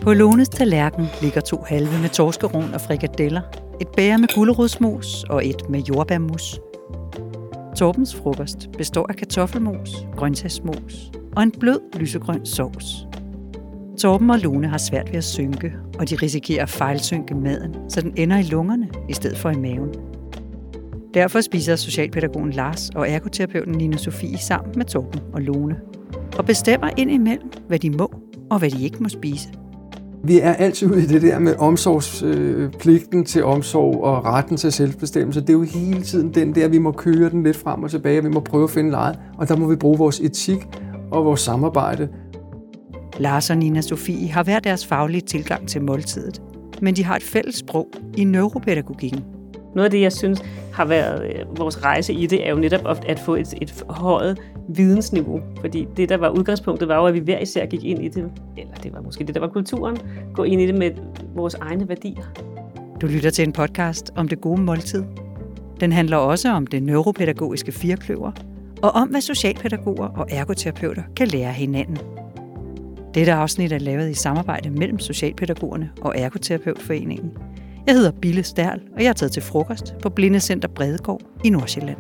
På Lones tallerken ligger 2 halve med torskerogn og frikadeller, et bæger med gulerodsmos og et med jordbærmus. Torbens frokost består af kartoffelmos, grøntsagsmos og en blød lysegrøn sovs. Torben og Lone har svært ved at synke, og de risikerer at fejlsynke maden, så den ender i lungerne i stedet for i maven. Derfor spiser socialpædagogen Lars og ergoterapeuten Nina Sofie sammen med Torben og Lone, og bestemmer indimellem, hvad de må og hvad de ikke må spise. Vi er altid ude i det der med omsorgspligten til omsorg og retten til selvbestemmelse. Det er jo hele tiden den der, vi må køre den lidt frem og tilbage, vi må prøve at finde lejet, og der må vi bruge vores etik og vores samarbejde. Lars og Nina Sofie har hver deres faglige tilgang til måltidet, men de har et fælles sprog i neuropædagogikken. Noget af det, jeg synes har været vores rejse i det, er jo netop at få et højt vidensniveau. Fordi det, der var udgangspunktet, var jo, at vi hver især gik ind i det, eller det var måske det, der var kulturen, gå ind i det med vores egne værdier. Du lytter til en podcast om det gode måltid. Den handler også om det neuropædagogiske firkløver, og om, hvad socialpædagoger og ergoterapeuter kan lære af hinanden. Dette afsnit er lavet i samarbejde mellem Socialpædagogerne og Ergoterapeutforeningen. Jeg hedder Bille Stærl, og jeg er taget til frokost på Blindecenter Bredegård i Nordsjælland.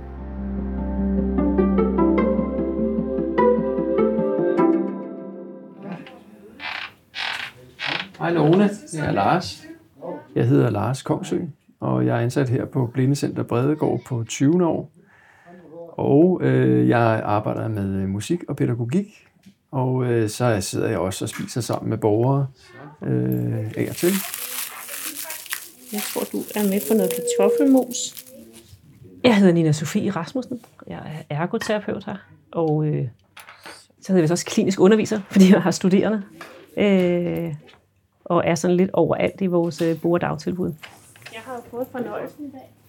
Hej Lone, jeg er Lars. Jeg hedder Lars Kongsø, og jeg er ansat her på Blindecenter Bredegård på 20 år. Og jeg arbejder med musik og pædagogik, og så sidder jeg også og spiser sammen med borgere af og til. Jeg tror, du er med på noget kartoffelmos. Jeg hedder Nina Sofie Rasmussen. Jeg er ergoterapeut her, og så hedder jeg også klinisk underviser, fordi jeg har studerende. Og er sådan lidt overalt i vores bord- og dagtilbud. Jeg har fået fornøjelsen i dag.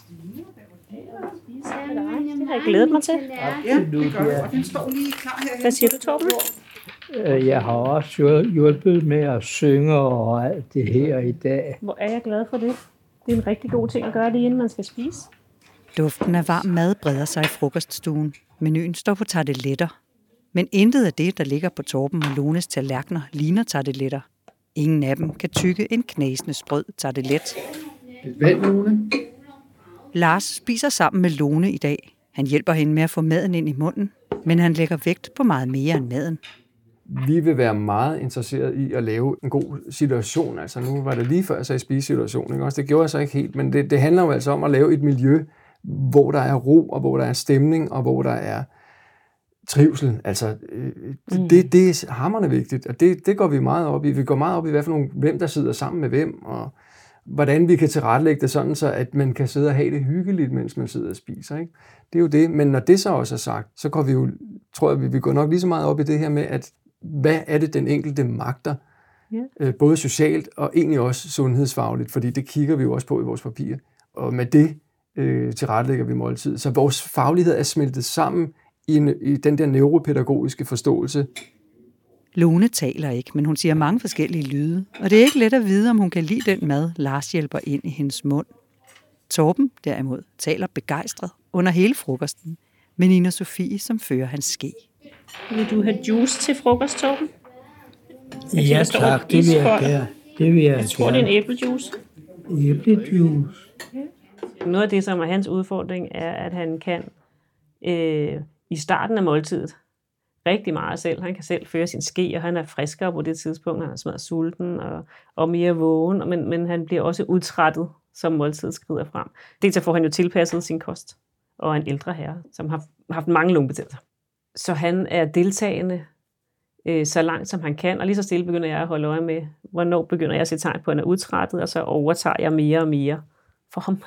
Det har jeg glædet mig til. Ja, det gør jeg. Den står lige klar her. Hvad siger du, Torben? Jeg har også hjulpet med at synge og alt det her i dag. Hvor er jeg glad for det. Det er en rigtig god ting at gøre lige inden man skal spise. Duften af varm mad breder sig i frokoststuen. Menuen står på tarteletter. Men intet af det, der ligger på Torben og Lones tallerkener, ligner tarteletter. Ingen af dem kan tygge en knasende sprød tartelet. Et vand, Lone? Lars spiser sammen med Lone i dag. Han hjælper hende med at få maden ind i munden, men han lægger vægt på meget mere end maden. Vi vil være meget interesseret i at lave en god situation. Altså nu var det lige før, jeg sagde spisesituation, ikke? Også det gjorde jeg så ikke helt, men det handler jo altså om at lave et miljø, hvor der er ro, og hvor der er stemning, og hvor der er trivsel. Altså, det er hamrende vigtigt, og det går vi meget op i. Vi går meget op i, hvem der sidder sammen med hvem, og hvordan vi kan tilrettelægge det sådan, så at man kan sidde og have det hyggeligt, mens man sidder og spiser. Ikke? Det er jo det. Men når det så også er sagt, så går vi jo, tror jeg, vi går nok lige så meget op i det her med, at hvad er det, den enkelte magter, både socialt og egentlig også sundhedsfagligt, fordi det kigger vi jo også på i vores papir. Og med det tilrettelægger vi måltid. Så vores faglighed er smeltet sammen i den der neuropædagogiske forståelse. Lone taler ikke, men hun siger mange forskellige lyde, og det er ikke let at vide, om hun kan lide den mad, Lars hjælper ind i hendes mund. Torben, derimod, taler begejstret under hele frokosten, med Nina Sofie, som fører hans ske. Vil du have juice til frokost, Torben? Ja tak, det vil jeg gerne. Jeg tror, det er en æblejuice. Æblejuice. Noget af det, som er hans udfordring, er, at han kan i starten af måltidet rigtig meget selv. Han kan selv føre sin ske, og han er friskere på det tidspunkt. Han er smadret sulten og mere vågen, men han bliver også udtrættet, som måltidet skrider frem. Dels får han jo tilpasset sin kost, og en ældre herre, som har haft mange lungebetændelser. Så han er deltagende så langt, som han kan, og lige så stille begynder jeg at holde øje med, hvornår begynder jeg at se tegn på, at han er udtrættet, og så overtager jeg mere og mere for ham.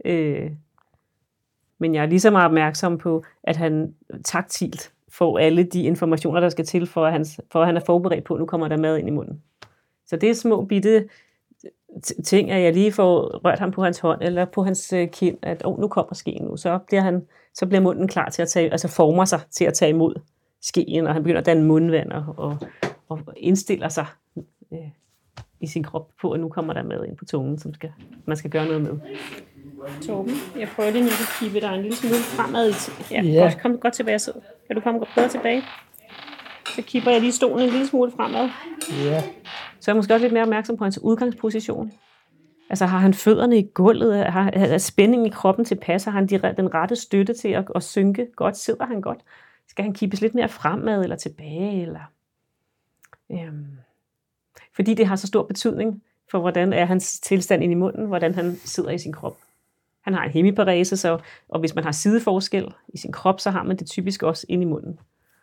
Men jeg er lige så meget opmærksom på, at han taktilt får alle de informationer, der skal til, for at han er forberedt på, at nu kommer der mad ind i munden. Så det er små bitte ting, at jeg lige får rørt ham på hans hånd, eller på hans kind, at nu kommer skeen nu. Så bliver munden klar til at tage, altså former sig til at tage imod skeen, og han begynder at danne mundvand og indstiller sig i sin krop på, at nu kommer der mad ind på tungen, som man skal gøre noget med. Torben, jeg prøver lige at kippe dig en lille smule fremad. Ja. Kom godt tilbage. Så. Kan du komme bedre tilbage? Så kipper jeg lige stolen en lille smule fremad. Ja. Så er jeg måske også lidt mere opmærksom på hans udgangsposition. Altså har han fødderne i gulvet? Har spændingen i kroppen tilpas? Har han den rette støtte til at synke godt? Sidder han godt? Skal han kippes lidt mere fremad eller tilbage? Eller fordi det har så stor betydning for, hvordan er hans tilstand ind i munden, hvordan han sidder i sin krop. Han har en hemiparese, og hvis man har sideforskel i sin krop, så har man det typisk også ind i munden.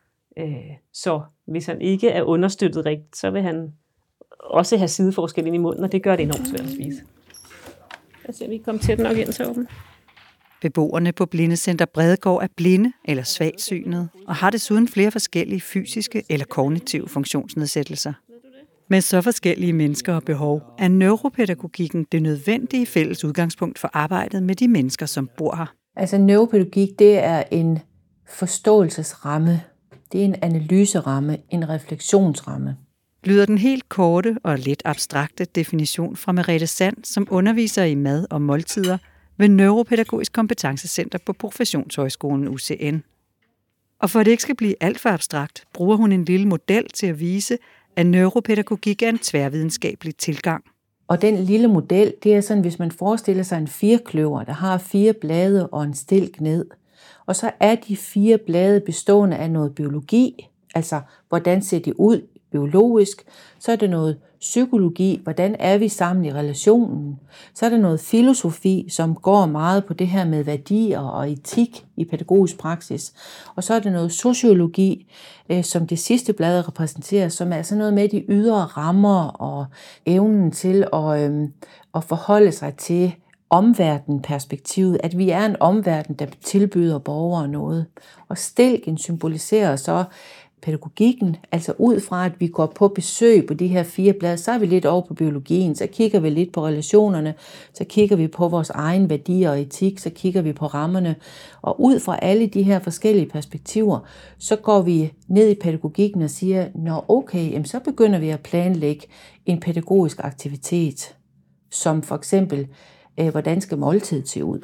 Så hvis han ikke er understøttet rigtigt, så vil han også have sideforskel ind i munden, og det gør det enormt svært at spise. Jeg ser, vi kommer tæt nok ind til åben. Beboerne på Blindecenter Bredegård er blinde eller svagsynede og har desuden flere forskellige fysiske eller kognitive funktionsnedsættelser. Med så forskellige mennesker og behov er neuropædagogikken det nødvendige fælles udgangspunkt for arbejdet med de mennesker, som bor her. Altså neuropædagogik, det er en forståelsesramme, det er en analyseramme, en refleksionsramme. Lyder den helt korte og lidt abstrakte definition fra Merete Sand, som underviser i mad og måltider ved Neuropædagogisk Kompetencecenter på Professionshøjskolen UCN. Og for at det ikke skal blive alt for abstrakt, bruger hun en lille model til at vise, at neuropædagogik er en tværvidenskabelig tilgang. Og den lille model, det er sådan, hvis man forestiller sig en firkløver, der har 4 blade og en stilk ned. Og så er de 4 blade bestående af noget biologi, altså hvordan ser det ud biologisk. Så er det noget psykologi, hvordan er vi sammen i relationen. Så er der noget filosofi, som går meget på det her med værdier og etik i pædagogisk praksis. Og så er der noget sociologi, som det sidste blad repræsenterer, som er sådan noget med de ydre rammer og evnen til at forholde sig til omverdenperspektivet, at vi er en omverden, der tilbyder borgere noget. Og stilken symboliserer så pædagogikken, altså ud fra, at vi går på besøg på de her 4 blade, så er vi lidt over på biologien, så kigger vi lidt på relationerne, så kigger vi på vores egen værdier og etik, så kigger vi på rammerne, og ud fra alle de her forskellige perspektiver, så går vi ned i pædagogikken og siger, nå okay, jamen, så begynder vi at planlægge en pædagogisk aktivitet, som for eksempel, hvordan skal måltidet se ud?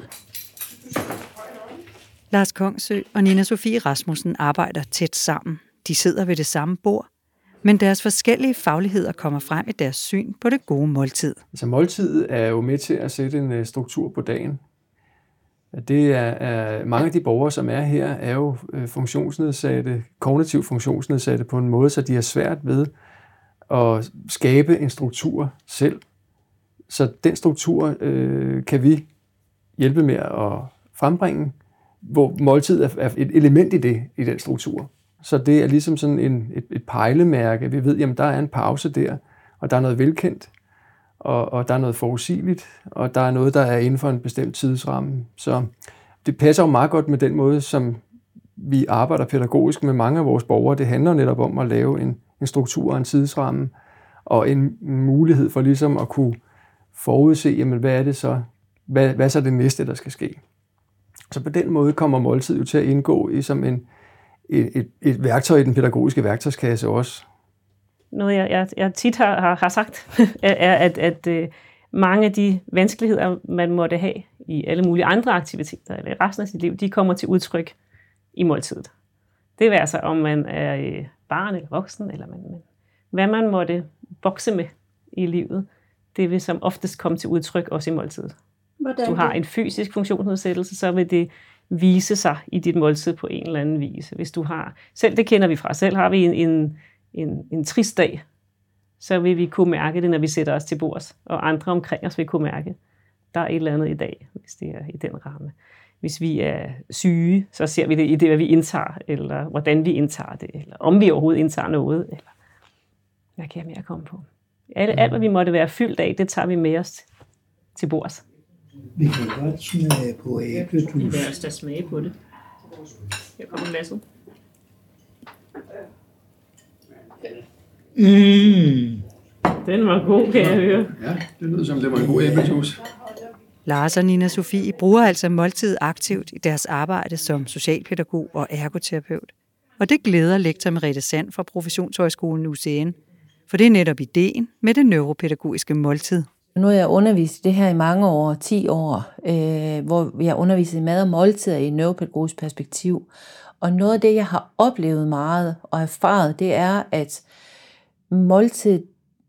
Lars Kongsø og Nina Sofie Rasmussen arbejder tæt sammen. De sidder ved det samme bord, men deres forskellige fagligheder kommer frem i deres syn på det gode måltid. Altså måltidet er jo med til at sætte en struktur på dagen. Det er mange af de borgere, som er her, er jo funktionsnedsatte, kognitivt funktionsnedsatte på en måde, så de har svært ved at skabe en struktur selv. Så den struktur kan vi hjælpe med at frembringe, hvor måltid er et element i den struktur. Så det er ligesom sådan et pejlemærke. Vi ved, at der er en pause der, og der er noget velkendt, og der er noget forudsigeligt, og der er noget, der er inden for en bestemt tidsramme. Så det passer jo meget godt med den måde, som vi arbejder pædagogisk med mange af vores borgere. Det handler netop om at lave en struktur og en tidsramme, og en mulighed for ligesom at kunne forudse, jamen, hvad er det så? Hvad er så det næste, der skal ske? Så på den måde kommer måltid jo til at indgå i som et værktøj i den pædagogiske værktøjskasse også. Noget, jeg tit har sagt, er, at mange af de vanskeligheder, man måtte have i alle mulige andre aktiviteter eller i resten af sit liv, de kommer til udtryk i måltidet. Det vil altså, om man er barn eller voksen, eller hvad man måtte bokse med i livet, det vil som oftest komme til udtryk også i måltidet. Hvis du har en fysisk funktionsnedsættelse, så vil det vise sig i dit måltid på en eller anden vis. Hvis du har, selv det kender vi fra, selv har vi en trist dag, så vil vi kunne mærke det, når vi sætter os til bords, og andre omkring os vil kunne mærke, der er et eller andet i dag, hvis det er i den ramme. Hvis vi er syge, så ser vi det i det, hvad vi indtager, eller hvordan vi indtager det, eller om vi overhovedet indtager noget, eller hvad kan jeg mere komme på? Alt, hvad vi måtte være fyldt af, det tager vi med os til bords. Vi kan godt smage på æblejuice. Det er også der smage på det. Her kommer glasset. Den var god, kan jeg høre. Ja, det lyder som, det var en god æblejuice. Lars og Nina Sofie bruger altså måltid aktivt i deres arbejde som socialpædagog og ergoterapeut. Og det glæder lektor Merete Sand fra Professionshøjskolen UCN, for det er netop ideen med det neuropædagogiske måltid. Nu har jeg undervist det her i mange år, 10 år, hvor vi har undervist i mad og måltider i et neuropædagogisk perspektiv. Og noget af det, jeg har oplevet meget og erfaret, det er, at måltid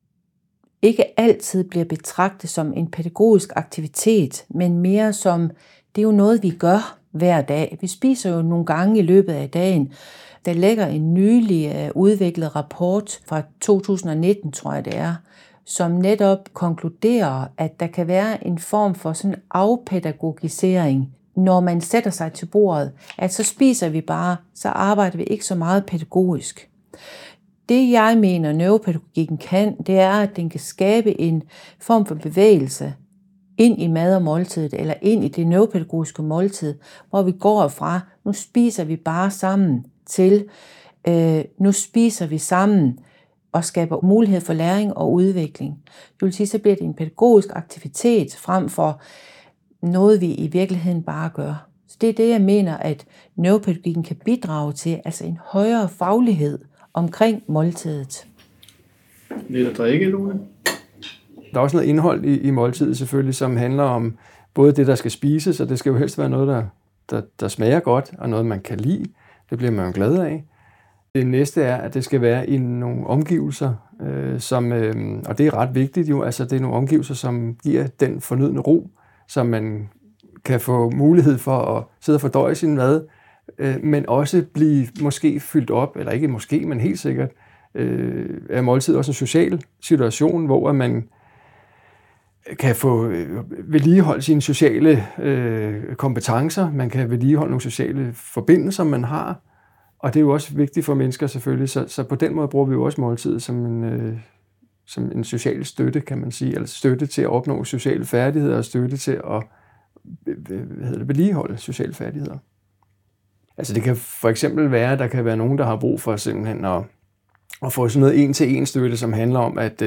ikke altid bliver betragtet som en pædagogisk aktivitet, men mere som, det er jo noget, vi gør hver dag. Vi spiser jo nogle gange i løbet af dagen. Der ligger en nylig udviklet rapport fra 2019, tror jeg det er, som netop konkluderer, at der kan være en form for sådan afpædagogisering, når man sætter sig til bordet, at så spiser vi bare, så arbejder vi ikke så meget pædagogisk. Det jeg mener, neuropædagogikken kan, det er, at den kan skabe en form for bevægelse ind i mad- og måltidet, eller ind i det neuropædagogiske måltid, hvor vi går fra, nu spiser vi bare sammen, til nu spiser vi sammen, og skaber mulighed for læring og udvikling. Det vil sige, så bliver det en pædagogisk aktivitet, frem for noget, vi i virkeligheden bare gør. Så det er det, jeg mener, at neuropædagogikken kan bidrage til, altså en højere faglighed omkring måltidet. Lidt at drikke, Lone? Der er også noget indhold i måltidet selvfølgelig, som handler om både det, der skal spises, og det skal jo helst være noget, der smager godt, og noget, man kan lide. Det bliver man jo glad af. Det næste er, at det skal være i nogle omgivelser, og det er ret vigtigt jo, altså det er nogle omgivelser, som giver den fornødne ro, så man kan få mulighed for at sidde og fordøje sin mad, men også blive måske fyldt op, eller ikke måske, men helt sikkert, er måltid også en social situation, hvor man kan få vedligeholdt sine sociale kompetencer, man kan vedligeholde nogle sociale forbindelser, man har, og det er jo også vigtigt for mennesker selvfølgelig, så på den måde bruger vi jo også måltid som en social støtte, kan man sige, altså støtte til at opnå sociale færdigheder, og støtte til at vedligeholde sociale færdigheder. Altså det kan for eksempel være, at der kan være nogen, der har brug for simpelthen at få sådan noget en-til-en støtte, som handler om at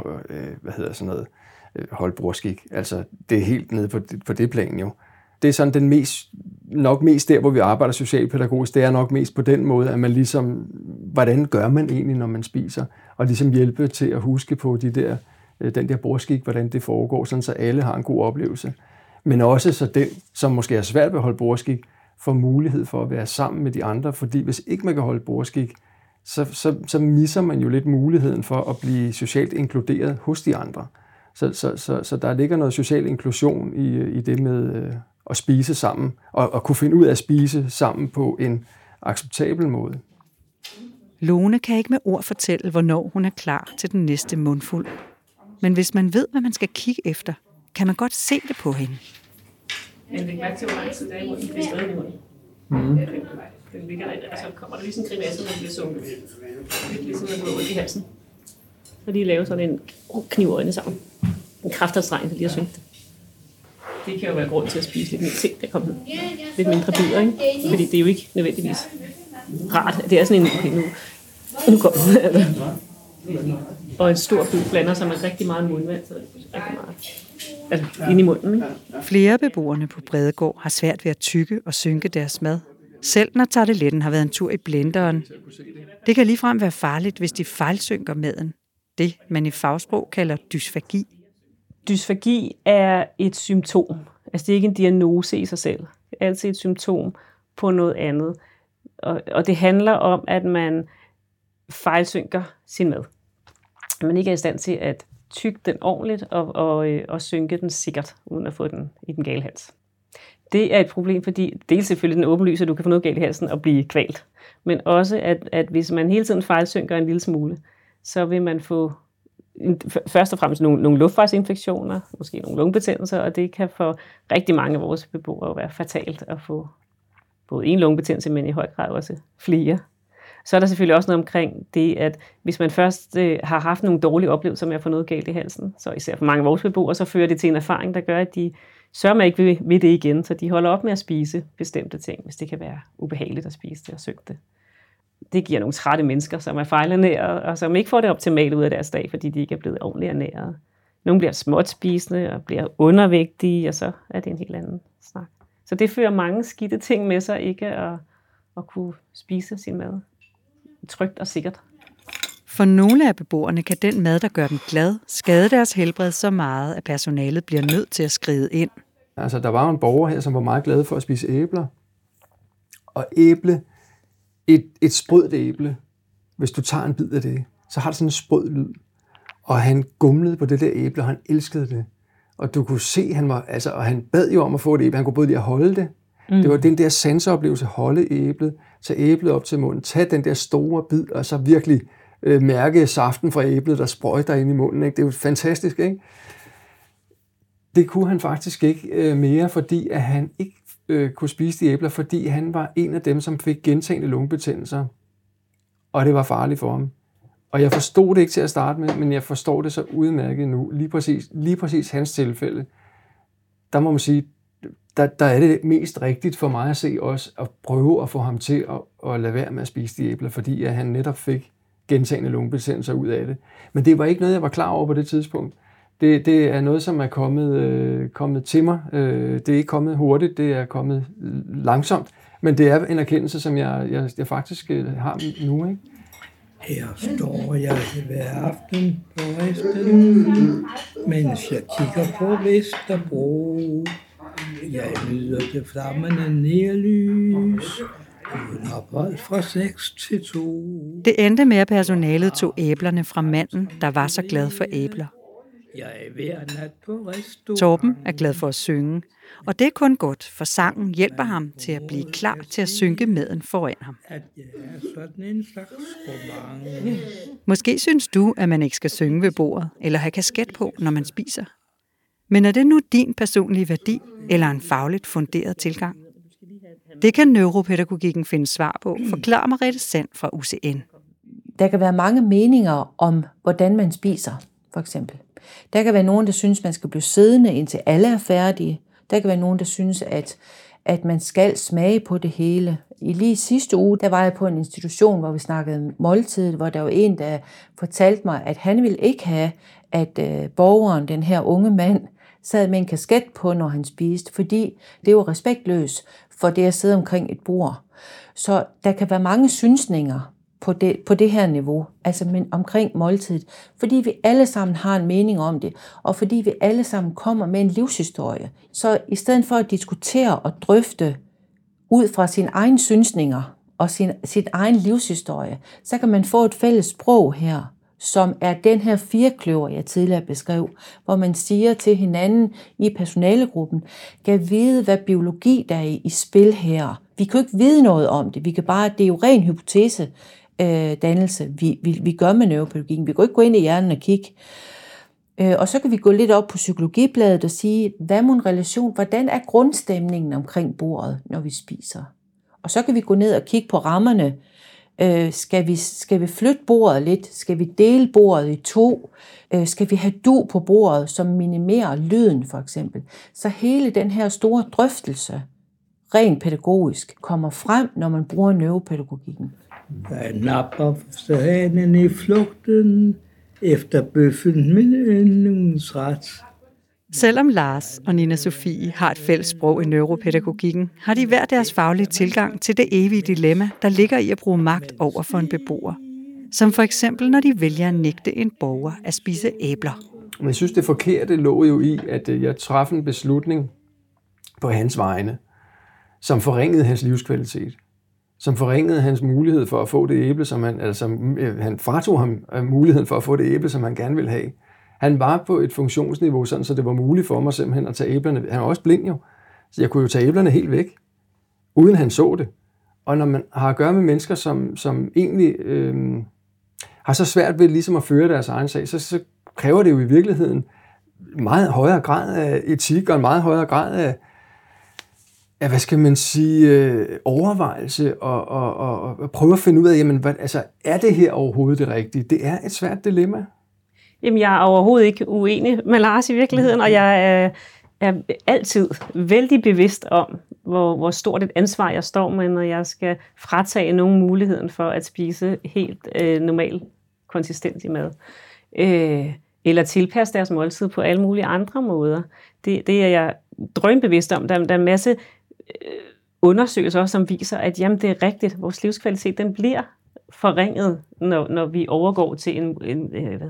holde bordskik. Altså det er helt nede på det plan jo. Det er sådan den nok mest der, hvor vi arbejder socialpædagogisk, det er nok mest på den måde, at man ligesom, hvordan gør man egentlig, når man spiser, og ligesom hjælpe til at huske på den der bordskik, hvordan det foregår, sådan så alle har en god oplevelse. Men også så den, som måske er svært ved at holde bordskik, får mulighed for at være sammen med de andre, fordi hvis ikke man kan holde bordskik, så misser man jo lidt muligheden for at blive socialt inkluderet hos de andre. Så der ligger noget social inklusion i det med at spise sammen, og kunne finde ud af at spise sammen på en acceptabel måde. Lone kan ikke med ord fortælle, hvornår hun er klar til den næste mundfuld. Men hvis man ved, hvad man skal kigge efter, kan man godt se det på hende. Men læg mærke til, hvor lang tid der er i munden, det er stadig i munden. Den ligger der, og så kommer der lige sådan en grimasse, når den bliver sunket. Det er ligesom at gå ud i halsen. Og lige lave sådan en knivøjne sammen. En kraftanstrengelse lige at synke det. Det kan jo være grund til at spise lidt mere. Se, der kommer lidt mindre bidder, ikke? Fordi det er jo ikke nødvendigvis rart. Det er sådan en, okay, nu kommer den. Og en stor bid blander sig med rigtig meget mundvand, så det er rigtig meget. Altså ind i munden, ikke? Flere beboerne på Bredegård har svært ved at tygge og synke deres mad. Selv når tarteletten har været en tur i blenderen. Det kan ligefrem være farligt, hvis de fejlsynker maden. Det, man i fagsprog kalder dysfagi. Dysfagi er et symptom. Altså det er ikke en diagnose i sig selv. Det er altid et symptom på noget andet. Og det handler om, at man fejlsynker sin mad. At man ikke er i stand til at tygge den ordentligt og synke den sikkert, uden at få den i den gale hals. Det er et problem, fordi dels selvfølgelig den åbenlyse, at du kan få noget galt i halsen og blive kvalt. Men også, at hvis man hele tiden fejlsynker en lille smule, så vil man få først og fremmest nogle luftvejsinfektioner, måske nogle lungebetændelser, og det kan for rigtig mange af vores beboere være fatalt at få både en lungebetændelse, men i høj grad også flere. Så er der selvfølgelig også noget omkring det, at hvis man først har haft nogle dårlige oplevelser med at få noget galt i halsen, så især for mange af vores beboere, så fører det til en erfaring, der gør, at de sørger man ikke ved det igen, så de holder op med at spise bestemte ting, hvis det kan være ubehageligt at spise det og synke det. Det giver nogle trætte mennesker, som er fejlernæret, og som ikke får det optimalt ud af deres dag, fordi de ikke er blevet ordentligt ernæret. Nogle bliver småt spisende og bliver undervægtige, og så er det en helt anden snak. Så det fører mange skidte ting med sig, ikke at kunne spise sin mad trygt og sikkert. For nogle af beboerne kan den mad, der gør dem glad, skade deres helbred så meget, at personalet bliver nødt til at skride ind. Altså, der var en borger her, som var meget glad for at spise æbler. Og æble, et sprødt æble, hvis du tager en bid af det, så har det sådan en sprød lyd. Og han gumlede på det der æble, og han elskede det. Og du kunne se, og han bad jo om at få et æble. Han kunne både lide at holde det. Det var den der sanseoplevelse, holde æblet, tage æblet op til munden, tage den der store bid, og så virkelig mærke saften fra æblet, der sprøjter ind i munden. Ikke? Det er jo fantastisk, ikke? Det kunne han faktisk ikke mere, fordi at han ikke kunne spise de æbler, fordi han var en af dem, som fik gentagne lungebetændelser. Og det var farligt for ham. Og jeg forstod det ikke til at starte med, men jeg forstår det så udmærket nu. Lige præcis hans tilfælde, der må man sige, der er det mest rigtigt for mig at se også, at prøve at få ham til at lade være med at spise de æbler, fordi at han netop fik gentagne lungebetændelser ud af det. Men det var ikke noget, jeg var klar over på det tidspunkt. Det er noget, som er kommet til mig. Det er ikke kommet hurtigt, det er kommet langsomt, men det er en erkendelse, som jeg faktisk har nu, ikke? Her står jeg hver aften på resten, mens jeg kigger på Vesterbro. Jeg nyder det flammende nærlys, uden ophold fra 6 til 2. Det endte med, at personalet tog æblerne fra manden, der var så glad for æbler. Jeg er hver nat på restaurant. Torben er glad for at synge, og det er kun godt, for sangen hjælper ham til at blive klar til at synke maden foran ham. At jeg er sådan en slags roman. Måske synes du, at man ikke skal synge ved bordet, eller have kasket på, når man spiser. Men er det nu din personlige værdi, eller en fagligt funderet tilgang? Det kan neuropædagogikken finde svar på, forklarer Merete Sand fra UCN. Der kan være mange meninger om, hvordan man spiser, for eksempel. Der kan være nogen, der synes, man skal blive siddende, indtil alle er færdige. Der kan være nogen, der synes, at man skal smage på det hele. I lige sidste uge, der var jeg på en institution, hvor vi snakkede måltid, hvor der var en, der fortalte mig, at han ville ikke have, at borgeren, den her unge mand, sad med en kasket på, når han spiste, fordi det var respektløst for det at sidde omkring et bord. Så der kan være mange synsninger på det her niveau, altså omkring måltidet, fordi vi alle sammen har en mening om det, og fordi vi alle sammen kommer med en livshistorie. Så i stedet for at diskutere og drøfte ud fra sine egne synsninger og sin egen livshistorie, så kan man få et fælles sprog her, som er den her firekløver, jeg tidligere beskrev, hvor man siger til hinanden i personalegruppen, kan vide, hvad biologi der er i spil her. Vi kan jo ikke vide noget om det, det er jo ren hypotese, dannelse, vi gør med neuropædagogikken. Vi kan ikke gå ind i hjernen og kigge. Og så kan vi gå lidt op på psykologibladet og sige, hvordan er grundstemningen omkring bordet, når vi spiser? Og så kan vi gå ned og kigge på rammerne. Skal vi flytte bordet lidt? Skal vi dele bordet i 2? Skal vi have du på bordet, som minimerer lyden for eksempel? Så hele den her store drøftelse, rent pædagogisk, kommer frem, når man bruger neuropædagogikken. Jeg napper fanen i flugten efter bøffen min yndlingsret. Selvom Lars og Nina Sofie har et fælles sprog i neuropædagogikken, har de hver deres faglige tilgang til det evige dilemma, der ligger i at bruge magt over for en beboer. Som for eksempel, når de vælger at nægte en borger at spise æbler. Men jeg synes, det forkerte lå jo i, at jeg traf en beslutning på hans vegne, som forringede hans livskvalitet. Som forringede hans mulighed for at få det æble, han fratog ham muligheden for at få det æble, som han gerne ville have. Han var på et funktionsniveau, sådan, så det var muligt for mig simpelthen at tage æblerne. Han var også blind jo, så jeg kunne jo tage æblerne helt væk, uden han så det. Og når man har at gøre med mennesker, som egentlig har så svært ved ligesom at føre deres egen sag, så kræver det jo i virkeligheden meget højere grad af etik og en meget højere grad af hvad skal man sige, overvejelse og prøve at finde ud af, jamen, er det her overhovedet det rigtige? Det er et svært dilemma. Jamen, jeg er overhovedet ikke uenig med Lars i virkeligheden, og jeg er altid vældig bevidst om, hvor stort et ansvar jeg står med, når jeg skal fratage nogen muligheden for at spise helt normal konsistens i mad. Eller tilpasse deres måltid på alle mulige andre måder. Det er jeg drømbevidst om. Der er en masse undersøgelser også, som viser, at jamen, det er rigtigt. Vores livskvalitet, den bliver forringet, når vi overgår til en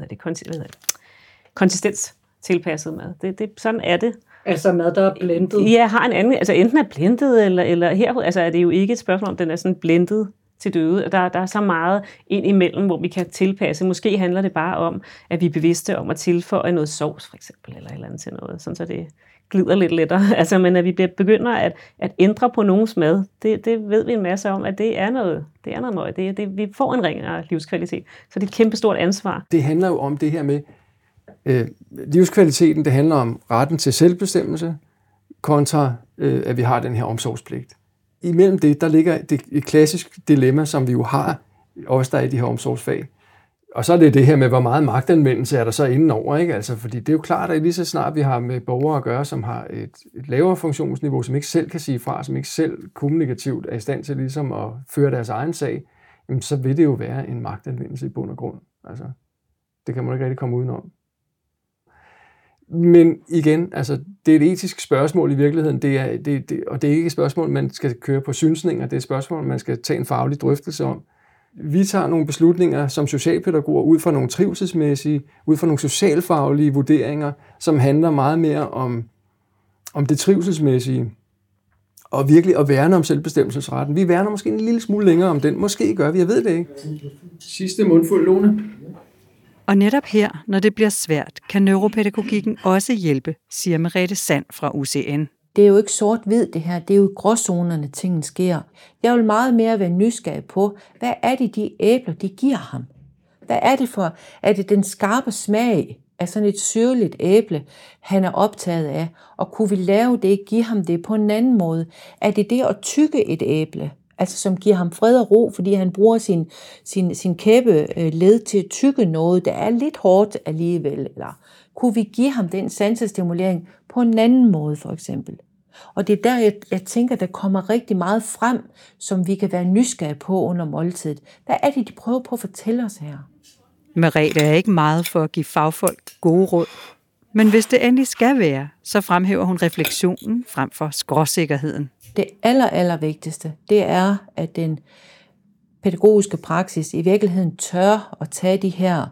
konsistenstilpasset mad. Sådan er det. Altså mad, der er blendet? Ja, har en anden, altså enten er blendet, eller her, altså er det jo ikke et spørgsmål om, den er sådan blendet til døde. Der er så meget ind imellem, hvor vi kan tilpasse. Måske handler det bare om, at vi er bevidste om at tilføje noget sovs, for eksempel, eller et eller andet til noget, sådan så det glider lidt lettere. Altså, men at vi begynder at ændre på nogens mad, det ved vi en masse om, at det er noget møg. Vi får en ringere livskvalitet. Så det er et kæmpestort ansvar. Det handler jo om det her med livskvaliteten. Det handler om retten til selvbestemmelse, kontra at vi har den her omsorgspligt. Imellem det, der ligger et klassisk dilemma, som vi jo har, også der er i de her omsorgsfag. Og så er det her med, hvor meget magtanvendelse er der så indenover, ikke? Altså, fordi det er jo klart, at lige så snart vi har med borgere at gøre, som har et lavere funktionsniveau, som ikke selv kan sige fra, som ikke selv kommunikativt er i stand til ligesom at føre deres egen sag, jamen, så vil det jo være en magtanvendelse i bund og grund. Altså, det kan man ikke rigtig komme udenom. Men igen, altså, det er et etisk spørgsmål i virkeligheden, og det er ikke et spørgsmål, man skal køre på synsninger, det er et spørgsmål, man skal tage en faglig drøftelse om. Vi tager nogle beslutninger som socialpædagoger ud fra nogle trivselsmæssige, ud fra nogle socialfaglige vurderinger, som handler meget mere om det trivselsmæssige, og virkelig at værne om selvbestemmelsesretten. Vi værner måske en lille smule længere om den. Måske gør vi, jeg ved det ikke. Sidste mundfuld, Lone. Og netop her, når det bliver svært, kan neuropædagogikken også hjælpe, siger Merete Sand fra UCN. Det er jo ikke sort-hvid det her, det er jo i gråzonerne, tingene sker. Jeg vil meget mere være nysgerrig på, hvad er det, de æbler, de giver ham? Hvad er det for? Er det den skarpe smag af sådan et syrligt æble, han er optaget af? Og kunne vi lave det, give ham det på en anden måde? Er det det at tygge et æble? Altså som giver ham fred og ro, fordi han bruger sin kæbeled til at tygge noget, der er lidt hårdt alligevel. Eller kunne vi give ham den sansestimulering på en anden måde, for eksempel? Og det er der, jeg tænker, der kommer rigtig meget frem, som vi kan være nysgerrige på under måltidet. Hvad er det, de prøver på at fortælle os her? Merete er ikke meget for at give fagfolk gode råd. Men hvis det endelig skal være, så fremhæver hun refleksionen frem for skråsikkerheden. Det aller vigtigste, det er, at den pædagogiske praksis i virkeligheden tør at tage de her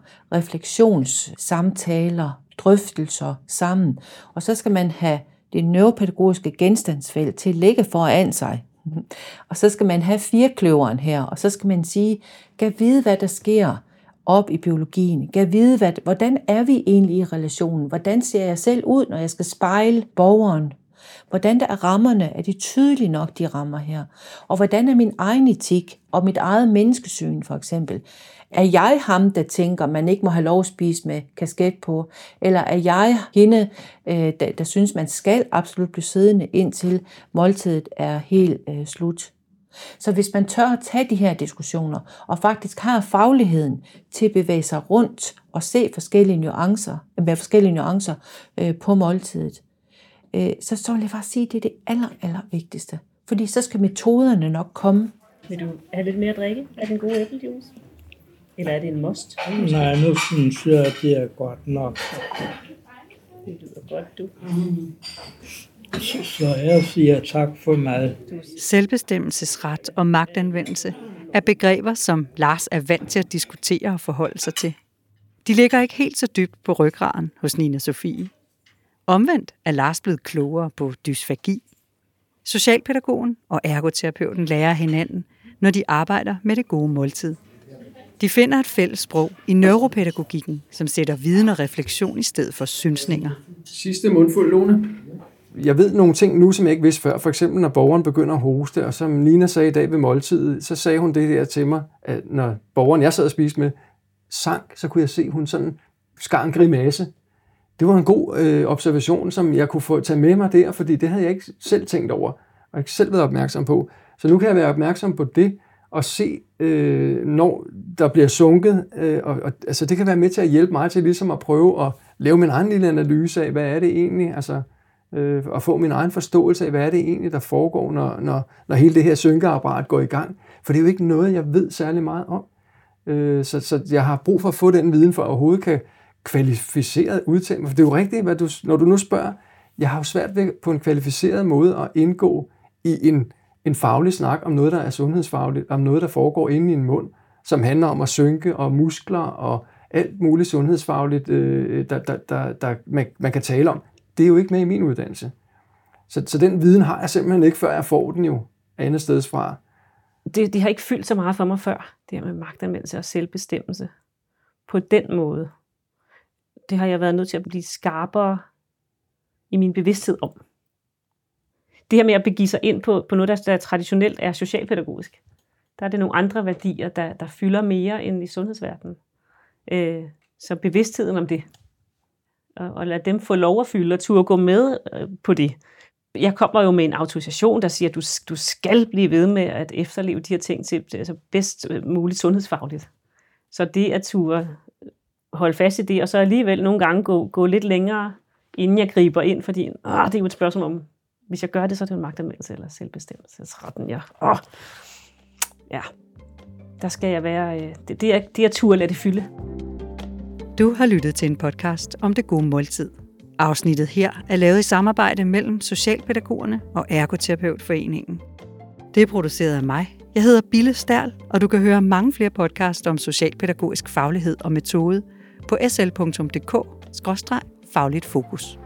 refleksionssamtaler, drøftelser sammen. Og så skal man have det neuropædagogiske genstandsfelt til at ligge foran sig. Og så skal man have firkløveren her, og så skal man sige, kan vide, hvad der sker op i biologien. Kan vide, hvordan er vi egentlig i relationen? Hvordan ser jeg selv ud, når jeg skal spejle borgeren? Hvordan der er rammerne? Er de tydelige nok, de rammer her? Og hvordan er min egen etik og mit eget menneskesyn, for eksempel? Er jeg ham, der tænker, man ikke må have lov at spise med kasket på? Eller er jeg hende, der synes, man skal absolut blive siddende, indtil måltidet er helt slut? Så hvis man tør at tage de her diskussioner, og faktisk har fagligheden til at bevæge sig rundt og se forskellige nuancer på måltidet, så vil jeg bare sige, at det er det aller vigtigste. Fordi så skal metoderne nok komme. Vil du have lidt mere at drikke af den gode æblejuice? Eller er det en must? Nej, nu synes jeg, at det er godt nok. Det lyder godt, du. Så jeg siger tak for mad. Selvbestemmelsesret og magtanvendelse er begreber, som Lars er vant til at diskutere og forholde sig til. De ligger ikke helt så dybt på ryggraden hos Nina Sofie. Omvendt er Lars blevet klogere på dysfagi. Socialpædagogen og ergoterapeuten lærer hinanden, når de arbejder med det gode måltid. De finder et fælles sprog i neuropædagogikken, som sætter viden og refleksion i stedet for synsninger. Sidste mundfuld, Lone. Jeg ved nogle ting nu, som jeg ikke vidste før. For eksempel, når borgeren begynder at hoste, og som Nina sagde i dag ved måltidet, så sagde hun det der til mig, at når borgeren, jeg sad og spiste med, sank, så kunne jeg se, hun sådan skar en grimasse. Det var en god observation, som jeg kunne få tage med mig der, fordi det havde jeg ikke selv tænkt over, og ikke selv været opmærksom på. Så nu kan jeg være opmærksom på det, og se, når der bliver sunket. Altså det kan være med til at hjælpe mig til ligesom at prøve at lave min egen lille analyse af, hvad er det egentlig, altså at få min egen forståelse af, hvad er det egentlig, der foregår, når hele det her synkeapparat går i gang. For det er jo ikke noget, jeg ved særlig meget om. Så jeg har brug for at få den viden, for at overhovedet kan kvalificeret udtale mig. For det er jo rigtigt, når du nu spørger, jeg har jo svært ved på en kvalificeret måde at indgå i en faglig snak om noget, der er sundhedsfagligt, om noget, der foregår inde i en mund, som handler om at synke og muskler og alt muligt sundhedsfagligt, man kan tale om. Det er jo ikke med i min uddannelse. Så den viden har jeg simpelthen ikke, før jeg får den jo andet steds fra. det har ikke fyldt så meget for mig før, det her med magtanvendelse og selvbestemmelse. På den måde. Det har jeg været nødt til at blive skarpere i min bevidsthed om. Det her med at begive sig ind på noget, der traditionelt er socialpædagogisk. Der er det nogle andre værdier, der fylder mere end i sundhedsverdenen. Så bevidstheden om det. Og lade dem få lov at fylde og turde gå med på det. Jeg kommer jo med en autorisation, der siger, at du skal blive ved med at efterleve de her ting til altså bedst muligt sundhedsfagligt. Så det at turde holde fast i det, og så alligevel nogle gange gå lidt længere, inden jeg griber ind, fordi det er jo et spørgsmål om, hvis jeg gør det, så er det en magtanvendelse eller selvbestemmelsesretten. Der skal jeg være, det er tur at lade det fylde. Du har lyttet til en podcast om det gode måltid. Afsnittet her er lavet i samarbejde mellem Socialpædagogerne og Ergoterapeutforeningen. Det er produceret af mig. Jeg hedder Bille Stærl, og du kan høre mange flere podcasts om socialpædagogisk faglighed og metode på sl.dk/fagligt fokus.